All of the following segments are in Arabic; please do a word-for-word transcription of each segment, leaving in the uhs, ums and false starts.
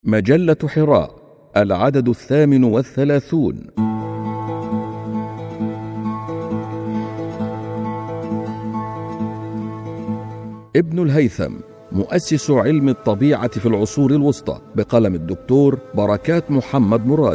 مجلة حراء، العدد الثامن والثلاثون. ابن الهيثم، مؤسس علم الطبيعة في العصور الوسطى، بقلم الدكتور بركات محمد مراد.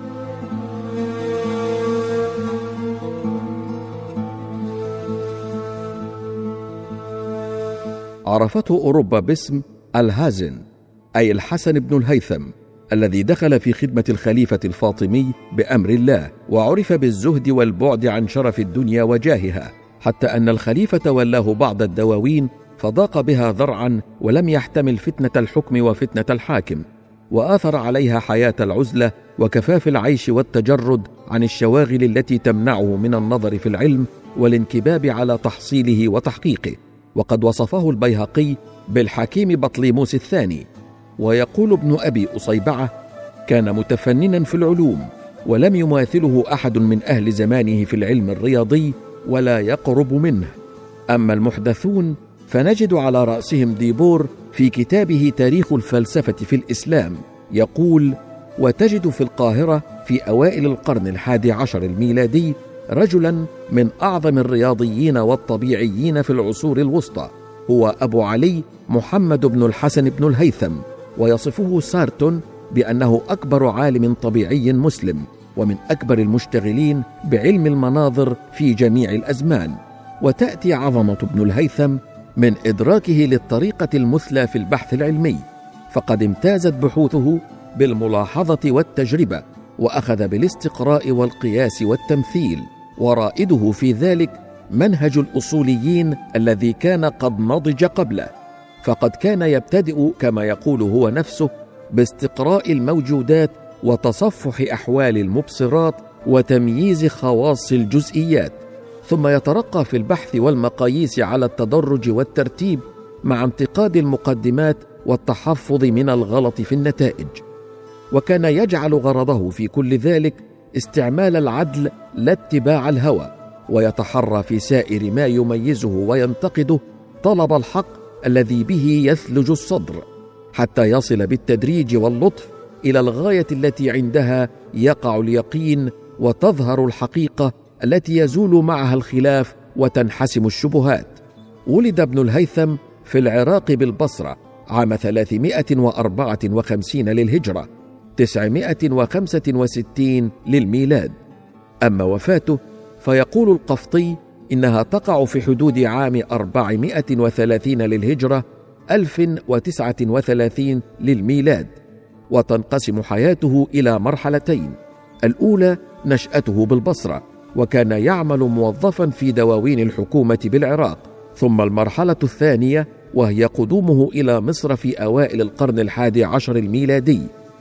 عرفته أوروبا باسم الهازن، أي الحسن بن الهيثم، الذي دخل في خدمة الخليفة الفاطمي بأمر الله، وعرف بالزهد والبعد عن شرف الدنيا وجاهها، حتى أن الخليفة ولاه بعض الدواوين فضاق بها ذرعا، ولم يحتمل فتنة الحكم وفتنة الحاكم، وآثر عليها حياة العزلة وكفاف العيش والتجرد عن الشواغل التي تمنعه من النظر في العلم والانكباب على تحصيله وتحقيقه. وقد وصفه البيهقي بالحكيم بطليموس الثاني. ويقول ابن أبي أصيبعة: كان متفننا في العلوم، ولم يماثله أحد من أهل زمانه في العلم الرياضي ولا يقرب منه. أما المحدثون فنجد على رأسهم ديبور في كتابه تاريخ الفلسفة في الإسلام يقول: وتجد في القاهرة في أوائل القرن الحادي عشر الميلادي رجلا من أعظم الرياضيين والطبيعيين في العصور الوسطى، هو أبو علي محمد بن الحسن بن الهيثم. ويصفه سارتون بأنه أكبر عالم طبيعي مسلم، ومن أكبر المشتغلين بعلم المناظر في جميع الأزمان. وتأتي عظمة ابن الهيثم من إدراكه للطريقة المثلى في البحث العلمي، فقد امتازت بحوثه بالملاحظة والتجربة، وأخذ بالاستقراء والقياس والتمثيل، ورائده في ذلك منهج الأصوليين الذي كان قد نضج قبله. فقد كان يبتدئ كما يقول هو نفسه باستقراء الموجودات وتصفح أحوال المبصرات وتمييز خواص الجزئيات، ثم يترقى في البحث والمقاييس على التدرج والترتيب، مع انتقاد المقدمات والتحفظ من الغلط في النتائج. وكان يجعل غرضه في كل ذلك استعمال العدل لا اتباع الهوى، ويتحرى في سائر ما يميزه وينتقده طلب الحق الذي به يثلج الصدر، حتى يصل بالتدريج واللطف إلى الغاية التي عندها يقع اليقين وتظهر الحقيقة التي يزول معها الخلاف وتنحسم الشبهات. ولد ابن الهيثم في العراق بالبصرة عام ثلاثمائة وأربعة وخمسين للهجرة، تسعمائة وخمسة وستين للميلاد. أما وفاته فيقول القفطي إنها تقع في حدود عام أربعمائة وثلاثين للهجرة، ألف وتسعة وثلاثين للميلاد. وتنقسم حياته إلى مرحلتين: الأولى نشأته بالبصرة، وكان يعمل موظفا في دواوين الحكومة بالعراق، ثم المرحلة الثانية وهي قدومه إلى مصر في أوائل القرن الحادي عشر الميلادي.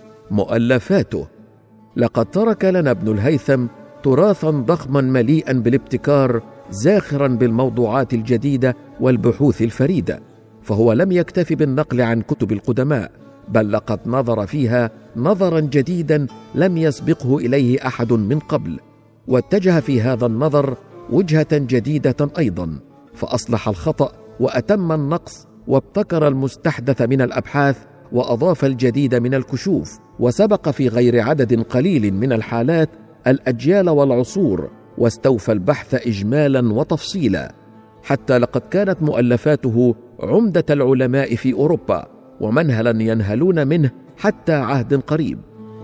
مؤلفاته: لقد ترك لنا ابن الهيثم تراثا ضخما مليئا بالابتكار، زاخرا بالموضوعات الجديدة والبحوث الفريدة، فهو لم يكتف بالنقل عن كتب القدماء، بل لقد نظر فيها نظرا جديدا لم يسبقه إليه أحد من قبل، واتجه في هذا النظر وجهة جديدة أيضا، فأصلح الخطأ وأتم النقص، وابتكر المستحدث من الأبحاث، وأضاف الجديد من الكشوف، وسبق في غير عدد قليل من الحالات الأجيال والعصور، واستوفى البحث إجمالا وتفصيلا، حتى لقد كانت مؤلفاته عمدة العلماء في أوروبا، ومنهلا ينهلون منه حتى عهد قريب.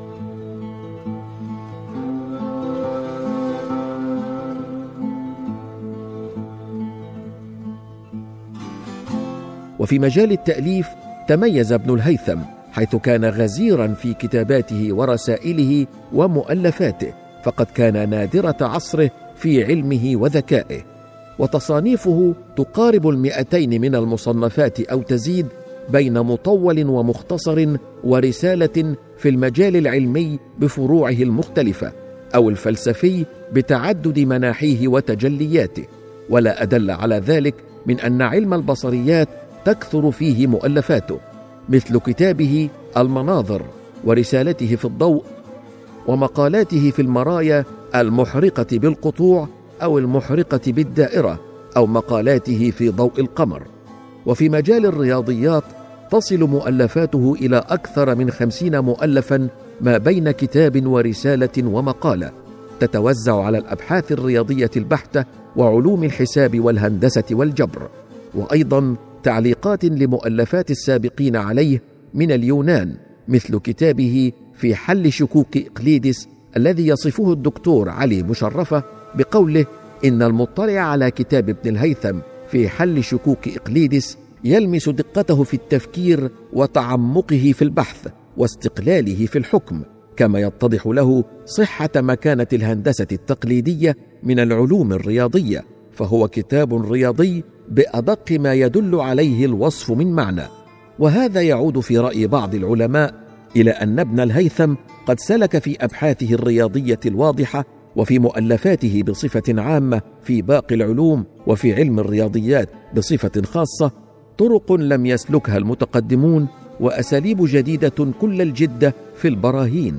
وفي مجال التأليف تميز ابن الهيثم، حيث كان غزيرا في كتاباته ورسائله ومؤلفاته، فقد كان نادرة عصره في علمه وذكائه. وتصانيفه تقارب المئتين من المصنفات أو تزيد، بين مطول ومختصر ورسالة في المجال العلمي بفروعه المختلفة، أو الفلسفي بتعدد مناحيه وتجلياته. ولا أدل على ذلك من أن علم البصريات تكثر فيه مؤلفاته، مثل كتابه المناظر، ورسالته في الضوء، ومقالاته في المرايا المحرقة بالقطوع أو المحرقة بالدائرة، أو مقالاته في ضوء القمر. وفي مجال الرياضيات تصل مؤلفاته إلى أكثر من خمسين مؤلفا ما بين كتاب ورسالة ومقالة، تتوزع على الأبحاث الرياضية البحتة وعلوم الحساب والهندسة والجبر، وأيضا تعليقات لمؤلفات السابقين عليه من اليونان، مثل كتابه في حل شكوك إقليدس الذي يصفه الدكتور علي مشرفة بقوله إن المطلع على كتاب ابن الهيثم في حل شكوك إقليدس يلمس دقته في التفكير وتعمقه في البحث واستقلاله في الحكم، كما يتضح له صحة مكانة الهندسة التقليدية من العلوم الرياضية، فهو كتاب رياضي بأدق ما يدل عليه الوصف من معنى. وهذا يعود في رأي بعض العلماء إلى أن ابن الهيثم قد سلك في أبحاثه الرياضية الواضحة وفي مؤلفاته بصفة عامة في باقي العلوم وفي علم الرياضيات بصفة خاصة طرق لم يسلكها المتقدمون وأساليب جديدة كل الجدة في البراهين،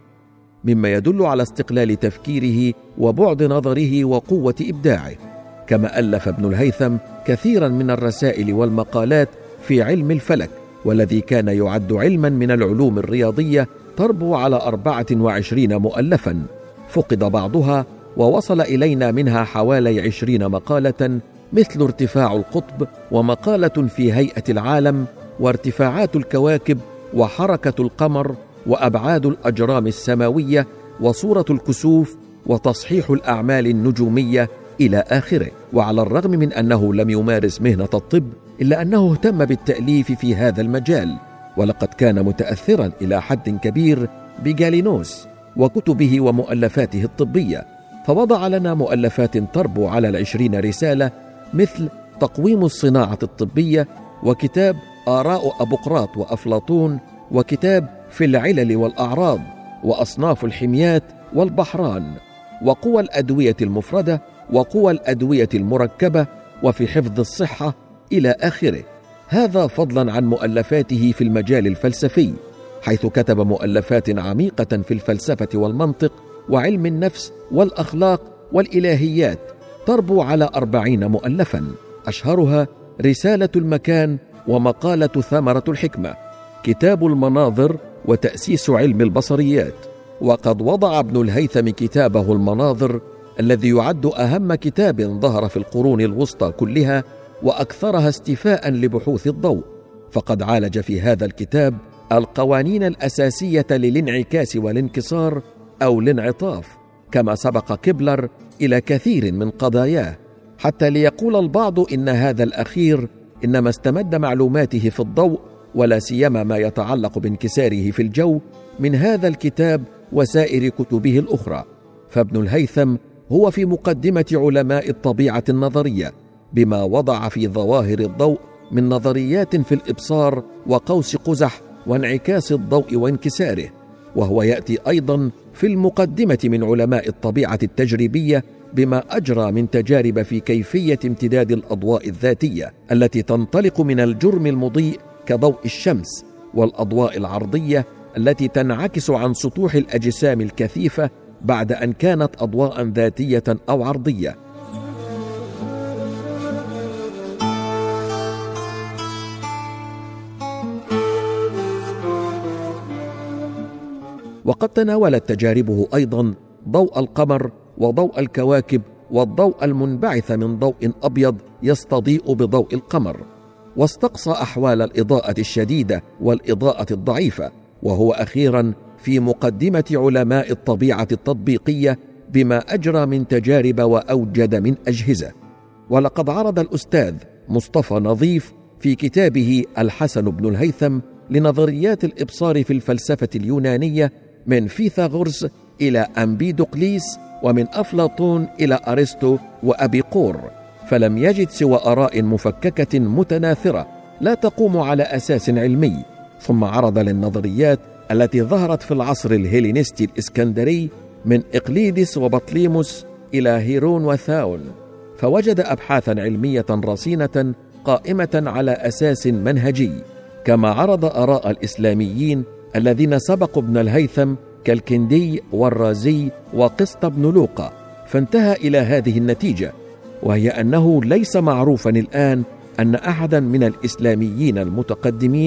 مما يدل على استقلال تفكيره وبعد نظره وقوة إبداعه. كما ألف ابن الهيثم كثيرا من الرسائل والمقالات في علم الفلك، والذي كان يعد علما من العلوم الرياضية، تربو على أربعة وعشرين مؤلفا، فقد بعضها ووصل إلينا منها حوالي عشرين مقالة، مثل ارتفاع القطب، ومقالة في هيئة العالم، وارتفاعات الكواكب، وحركة القمر، وأبعاد الأجرام السماوية، وصورة الكسوف، وتصحيح الأعمال النجومية إلى آخره. وعلى الرغم من أنه لم يمارس مهنة الطب، إلا أنه اهتم بالتأليف في هذا المجال، ولقد كان متأثرا إلى حد كبير بجالينوس وكتبه ومؤلفاته الطبية، فوضع لنا مؤلفات تربو على العشرين رسالة، مثل تقويم الصناعة الطبية، وكتاب آراء أبوقراط وأفلاطون، وكتاب في العلل والأعراض، وأصناف الحميات والبحران، وقوى الأدوية المفردة، وقوى الأدوية المركبة، وفي حفظ الصحة إلى آخره. هذا فضلا عن مؤلفاته في المجال الفلسفي، حيث كتب مؤلفات عميقة في الفلسفة والمنطق وعلم النفس والأخلاق والإلهيات، تربو على أربعين مؤلفا، أشهرها رسالة المكان، ومقالة ثمرة الحكمة، كتاب المناظر، وتأسيس علم البصريات. وقد وضع ابن الهيثم كتابه المناظر، الذي يعد أهم كتاب ظهر في القرون الوسطى كلها وأكثرها استيفاء لبحوث الضوء، فقد عالج في هذا الكتاب القوانين الأساسية للانعكاس والانكسار أو الانعطاف، كما سبق كيبلر إلى كثير من قضاياه، حتى ليقول البعض إن هذا الأخير إنما استمد معلوماته في الضوء، ولا سيما ما يتعلق بانكساره في الجو، من هذا الكتاب وسائر كتبه الأخرى. فابن الهيثم هو في مقدمة علماء الطبيعة النظرية، بما وضع في ظواهر الضوء من نظريات في الإبصار وقوس قزح وانعكاس الضوء وانكساره. وهو يأتي أيضا في المقدمة من علماء الطبيعة التجريبية، بما أجرى من تجارب في كيفية امتداد الأضواء الذاتية التي تنطلق من الجرم المضيء كضوء الشمس، والأضواء العرضية التي تنعكس عن سطوح الأجسام الكثيفة بعد أن كانت أضواء ذاتية أو عرضية. وقد تناولت تجاربه أيضا ضوء القمر وضوء الكواكب والضوء المنبعث من ضوء أبيض يستضيء بضوء القمر، واستقصى أحوال الإضاءة الشديدة والإضاءة الضعيفة، وهو أخيرا في مقدمة علماء الطبيعة التطبيقية بما أجرى من تجارب وأوجد من أجهزة. ولقد عرض الأستاذ مصطفى نظيف في كتابه الحسن بن الهيثم لنظريات الإبصار في الفلسفة اليونانية من فيثاغورس إلى أمبيدوقليس، ومن أفلاطون إلى أرسطو وأبيقور، فلم يجد سوى آراء مفككة متناثرة لا تقوم على أساس علمي. ثم عرض للنظريات التي ظهرت في العصر الهيلينستي الإسكندري من إقليدس وبطليموس إلى هيرون وثاون، فوجد أبحاثا علمية رصينة قائمة على أساس منهجي. كما عرض آراء الإسلاميين الذين سبقوا ابن الهيثم كالكندي والرازي وقسط بن لوقا، فانتهى إلى هذه النتيجة، وهي أنه ليس معروفا الآن أن أحدا من الإسلاميين المتقدمين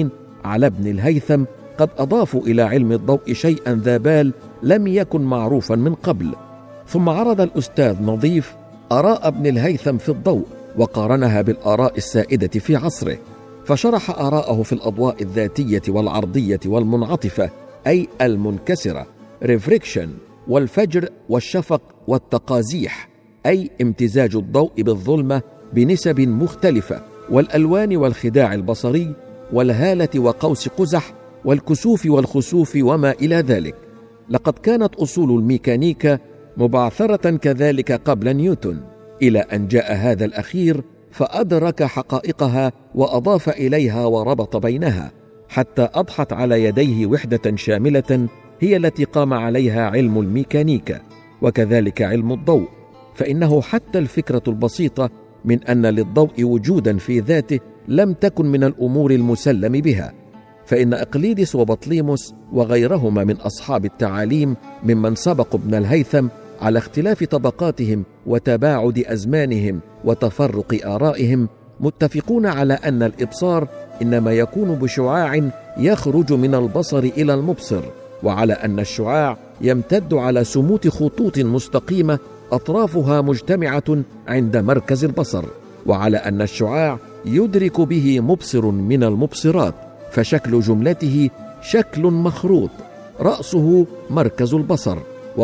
على ابن الهيثم قد أضافوا إلى علم الضوء شيئا ذا بال لم يكن معروفا من قبل. ثم عرض الأستاذ نظيف آراء ابن الهيثم في الضوء وقارنها بالآراء السائدة في عصره، فشرح آراءه في الأضواء الذاتية والعرضية والمنعطفة أي المنكسرة ريفريكشن، والفجر والشفق والتقازيح أي امتزاج الضوء بالظلمة بنسب مختلفة، والألوان والخداع البصري، والهالة وقوس قزح، والكسوف والخسوف وما إلى ذلك. لقد كانت أصول الميكانيكا مبعثرة كذلك قبل نيوتن، إلى أن جاء هذا الأخير فأدرك حقائقها وأضاف إليها وربط بينها، حتى أضحت على يديه وحدة شاملة هي التي قام عليها علم الميكانيكا، وكذلك علم الضوء. فإنه حتى الفكرة البسيطة من أن للضوء وجودا في ذاته لم تكن من الأمور المسلم بها، فإن إقليدس وبطليموس وغيرهما من أصحاب التعاليم ممن سبقوا ابن الهيثم على اختلاف طبقاتهم وتباعد أزمانهم وتفرق آرائهم متفقون على أن الإبصار إنما يكون بشعاع يخرج من البصر إلى المبصر، وعلى أن الشعاع يمتد على سموت خطوط مستقيمة أطرافها مجتمعة عند مركز البصر، وعلى أن الشعاع يدرك به مبصر من المبصرات، فشكل جملته شكل مخروط رأسه مركز البصر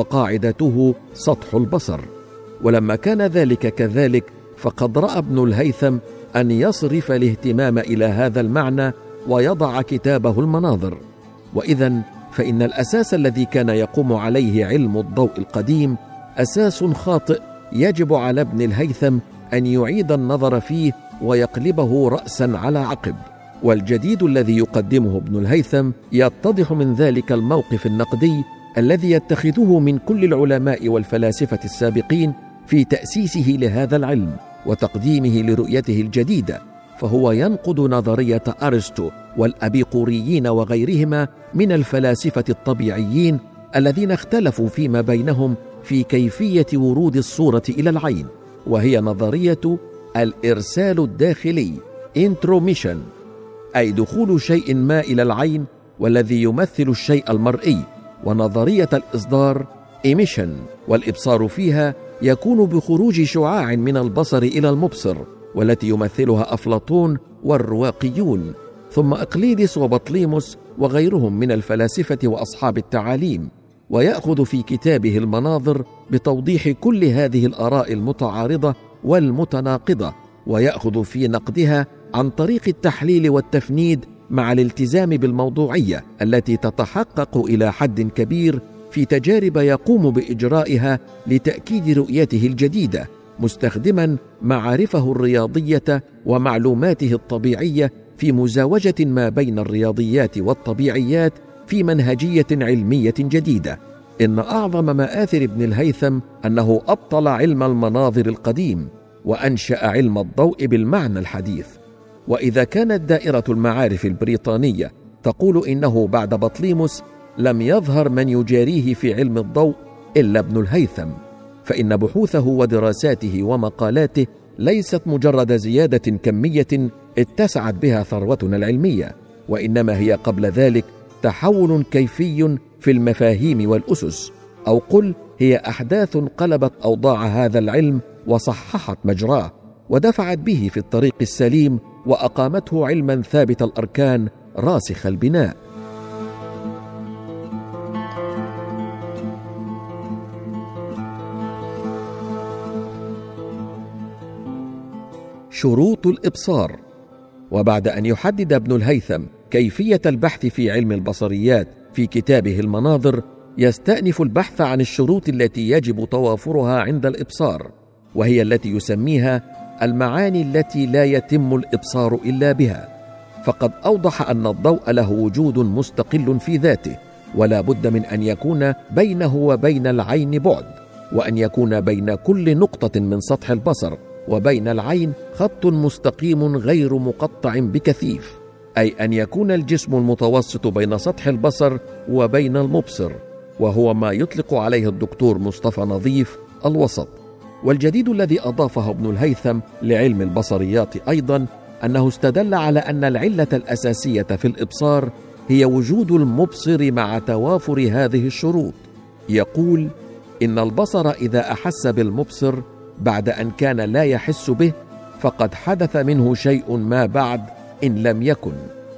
وقاعدته سطح البصر. ولما كان ذلك كذلك فقد رأى ابن الهيثم أن يصرف الاهتمام إلى هذا المعنى ويضع كتابه المناظر. وإذن فإن الأساس الذي كان يقوم عليه علم الضوء القديم أساس خاطئ، يجب على ابن الهيثم أن يعيد النظر فيه ويقلبه رأسا على عقب. والجديد الذي يقدمه ابن الهيثم يتضح من ذلك الموقف النقدي الذي يتخذه من كل العلماء والفلاسفة السابقين في تأسيسه لهذا العلم وتقديمه لرؤيته الجديدة، فهو ينقض نظرية أرسطو والأبيقوريين وغيرهما من الفلاسفة الطبيعيين الذين اختلفوا فيما بينهم في كيفية ورود الصورة إلى العين، وهي نظرية الإرسال الداخلي intromission، أي دخول شيء ما إلى العين والذي يمثل الشيء المرئي، ونظرية الإصدار emission، والإبصار فيها يكون بخروج شعاع من البصر إلى المبصر، والتي يمثلها أفلاطون والرواقيون، ثم إقليدس وبطليموس وغيرهم من الفلاسفة وأصحاب التعاليم. ويأخذ في كتابه المناظر بتوضيح كل هذه الآراء المتعارضة والمتناقضة، ويأخذ في نقدها عن طريق التحليل والتفنيد مع الالتزام بالموضوعية التي تتحقق إلى حد كبير في تجارب يقوم بإجرائها لتأكيد رؤيته الجديدة، مستخدما معارفه الرياضية ومعلوماته الطبيعية في مزاوجة ما بين الرياضيات والطبيعيات في منهجية علمية جديدة. إن أعظم مآثر ابن الهيثم أنه أبطل علم المناظر القديم وأنشأ علم الضوء بالمعنى الحديث. وإذا كانت دائرة المعارف البريطانية تقول إنه بعد بطليموس لم يظهر من يجاريه في علم الضوء إلا ابن الهيثم، فإن بحوثه ودراساته ومقالاته ليست مجرد زيادة كمية اتسعت بها ثروتنا العلمية، وإنما هي قبل ذلك تحول كيفي في المفاهيم والأسس، أو قل هي أحداث قلبت أوضاع هذا العلم وصححت مجراه ودفعت به في الطريق السليم وأقامته علما ثابت الأركان راسخ البناء. شروط الإبصار. وبعد أن يحدد ابن الهيثم كيفية البحث في علم البصريات في كتابه المناظر، يستأنف البحث عن الشروط التي يجب توافرها عند الإبصار، وهي التي يسميها المعاني التي لا يتم الإبصار إلا بها. فقد أوضح أن الضوء له وجود مستقل في ذاته، ولا بد من أن يكون بينه وبين العين بعد، وأن يكون بين كل نقطة من سطح البصر وبين العين خط مستقيم غير مقطع بكثيف، أي أن يكون الجسم المتوسط بين سطح البصر وبين المبصر، وهو ما يطلق عليه الدكتور مصطفى نظيف الوسط. والجديد الذي أضافه ابن الهيثم لعلم البصريات أيضا أنه استدل على أن العلة الأساسية في الإبصار هي وجود المبصر مع توافر هذه الشروط. يقول: إن البصر إذا أحس بالمبصر بعد أن كان لا يحس به فقد حدث منه شيء ما بعد إن لم يكن،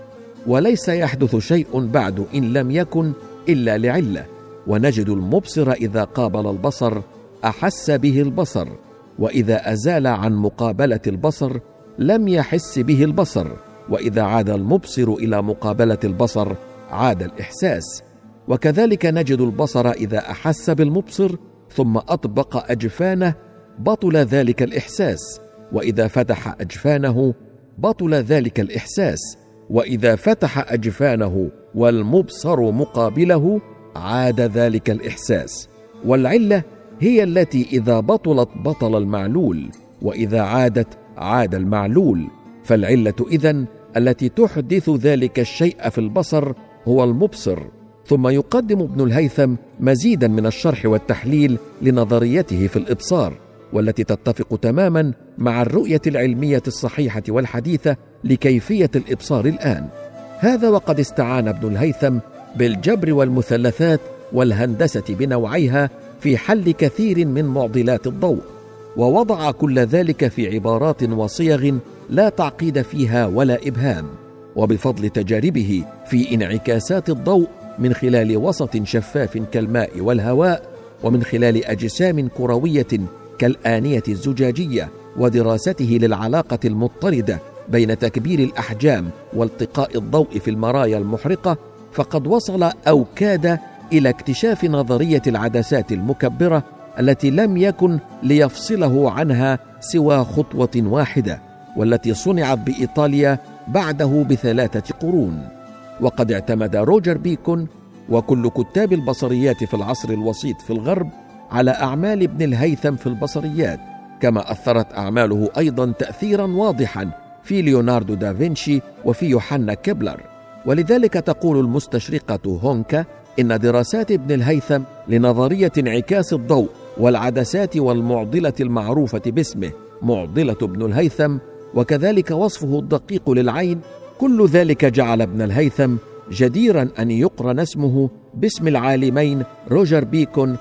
وليس يحدث شيء بعد إن لم يكن إلا لعلة. ونجد المبصر إذا قابل البصر أحس به البصر، وإذا أزال عن مقابلة البصر لم يحس به البصر، وإذا عاد المبصر إلى مقابلة البصر عاد الإحساس. وكذلك نجد البصر إذا أحس بالمبصر ثم أطبق أجفانه بطل ذلك الإحساس، وإذا فتح أجفانه بطل ذلك الإحساس، وإذا فتح أجفانه والمبصر مقابله عاد ذلك الإحساس. والعلة هي التي إذا بطلت بطل المعلول، وإذا عادت عاد المعلول. فالعلة إذن التي تحدث ذلك الشيء في البصر هو المبصر. ثم يقدم ابن الهيثم مزيدا من الشرح والتحليل لنظريته في الإبصار، والتي تتفق تماما مع الرؤية العلمية الصحيحة والحديثة لكيفية الإبصار الآن. هذا وقد استعان ابن الهيثم بالجبر والمثلثات والهندسة بنوعيها في حل كثير من معضلات الضوء، ووضع كل ذلك في عبارات وصيغ لا تعقيد فيها ولا إبهام. وبفضل تجاربه في انعكاسات الضوء من خلال وسط شفاف كالماء والهواء، ومن خلال أجسام كروية كالآنية الزجاجية، ودراسته للعلاقة المضطردة بين تكبير الأحجام والتقاء الضوء في المرايا المحرقة، فقد وصل أو كاد إلى اكتشاف نظرية العدسات المكبرة التي لم يكن ليفصله عنها سوى خطوة واحدة، والتي صنعت بإيطاليا بعده بثلاثة قرون. وقد اعتمد روجر بيكون وكل كتاب البصريات في العصر الوسيط في الغرب على أعمال ابن الهيثم في البصريات، كما أثرت أعماله أيضا تأثيرا واضحا في ليوناردو دافنشي وفي يوحنا كيبلر. ولذلك تقول المستشرقة هونكا إن دراسات ابن الهيثم لنظرية انعكاس الضوء والعدسات والمعضلة المعروفة باسمه معضلة ابن الهيثم، وكذلك وصفه الدقيق للعين، كل ذلك جعل ابن الهيثم جديرا أن يقرن اسمه باسم العالمين روجر بيكون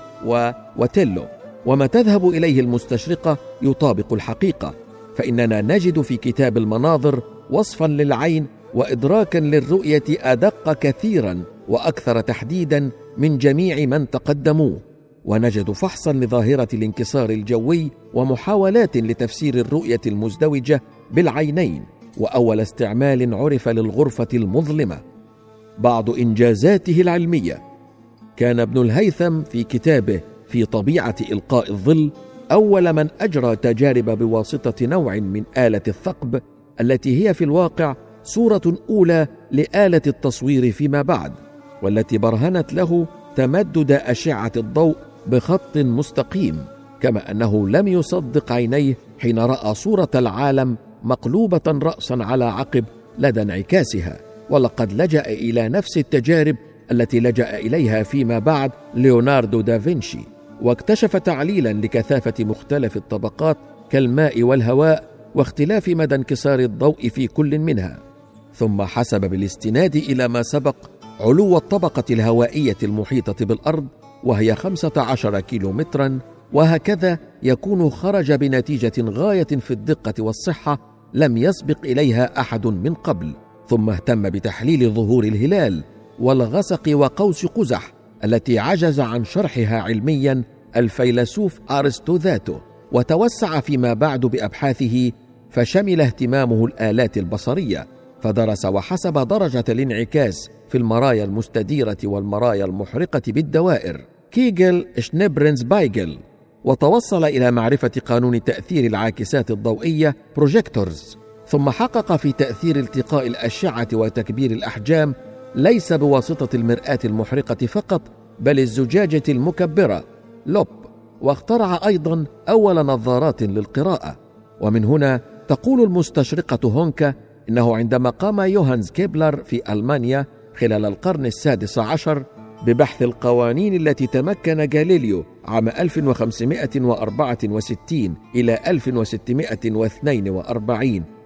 وتيلو. وما تذهب إليه المستشرقة يطابق الحقيقة، فإننا نجد في كتاب المناظر وصفا للعين وإدراكا للرؤية أدق كثيرا وأكثر تحديدا من جميع من تقدموه، ونجد فحصا لظاهرة الانكسار الجوي ومحاولات لتفسير الرؤية المزدوجة بالعينين، وأول استعمال عرف للغرفة المظلمة. بعض إنجازاته العلمية: كان ابن الهيثم في كتابه في طبيعة إلقاء الظل أول من أجرى تجارب بواسطة نوع من آلة الثقب، التي هي في الواقع صورة أولى لآلة التصوير فيما بعد، والتي برهنت له تمدد أشعة الضوء بخط مستقيم، كما أنه لم يصدق عينيه حين رأى صورة العالم مقلوبة رأسا على عقب لدى انعكاسها. ولقد لجأ إلى نفس التجارب التي لجأ إليها فيما بعد ليوناردو دافنشي، واكتشف تعليلا لكثافة مختلف الطبقات كالماء والهواء واختلاف مدى انكسار الضوء في كل منها، ثم حسب بالاستناد إلى ما سبق علو الطبقة الهوائية المحيطة بالأرض وهي خمسة عشر كيلو مترا، وهكذا يكون خرج بنتيجة غاية في الدقة والصحة لم يسبق إليها أحد من قبل. ثم اهتم بتحليل ظهور الهلال والغسق وقوس قزح التي عجز عن شرحها علميا الفيلسوف أرسطو ذاته، وتوسع فيما بعد بأبحاثه، فشمل اهتمامه الآلات البصرية، فدرس وحسب درجة الانعكاس في المرايا المستديرة والمرايا المحرقة بالدوائر كيجل شنيبرنز بايجل، وتوصل إلى معرفة قانون تأثير العاكسات الضوئية بروجيكتورز. ثم حقق في تأثير التقاء الأشعة وتكبير الأحجام ليس بواسطة المرآة المحرقة فقط، بل الزجاجة المكبرة لوب، واخترع أيضا أول نظارات للقراءة. ومن هنا تقول المستشرقة هونكا إنه عندما قام يوهانز كيبلر في ألمانيا خلال القرن السادس عشر ببحث القوانين التي تمكن غاليليو عام ألف وخمسمائة وأربعة وستين إلى ألف وستمائة واثنين وأربعين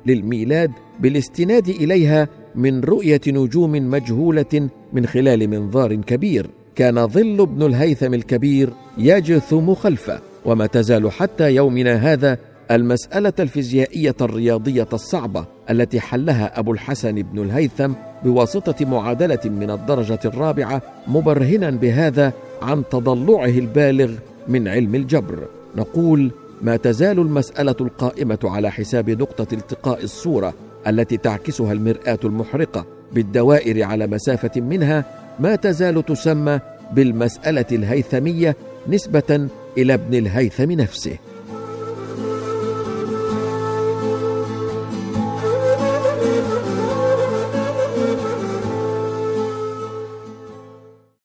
للميلاد بالاستناد إليها من رؤية نجوم مجهولة من خلال منظار كبير. كان ظل ابن الهيثم الكبير يجثم خلفه، وما تزال حتى يومنا هذا المسألة الفيزيائية الرياضية الصعبة التي حلها أبو الحسن بن الهيثم بواسطة معادلة من الدرجة الرابعة مبرهنا بهذا عن تضلعه البالغ من علم الجبر. نقول ما تزال المسألة القائمة على حساب نقطة التقاء الصورة التي تعكسها المرآة المحرقة بالدوائر على مسافة منها ما تزال تسمى بالمسألة الهيثمية نسبة إلى ابن الهيثم نفسه.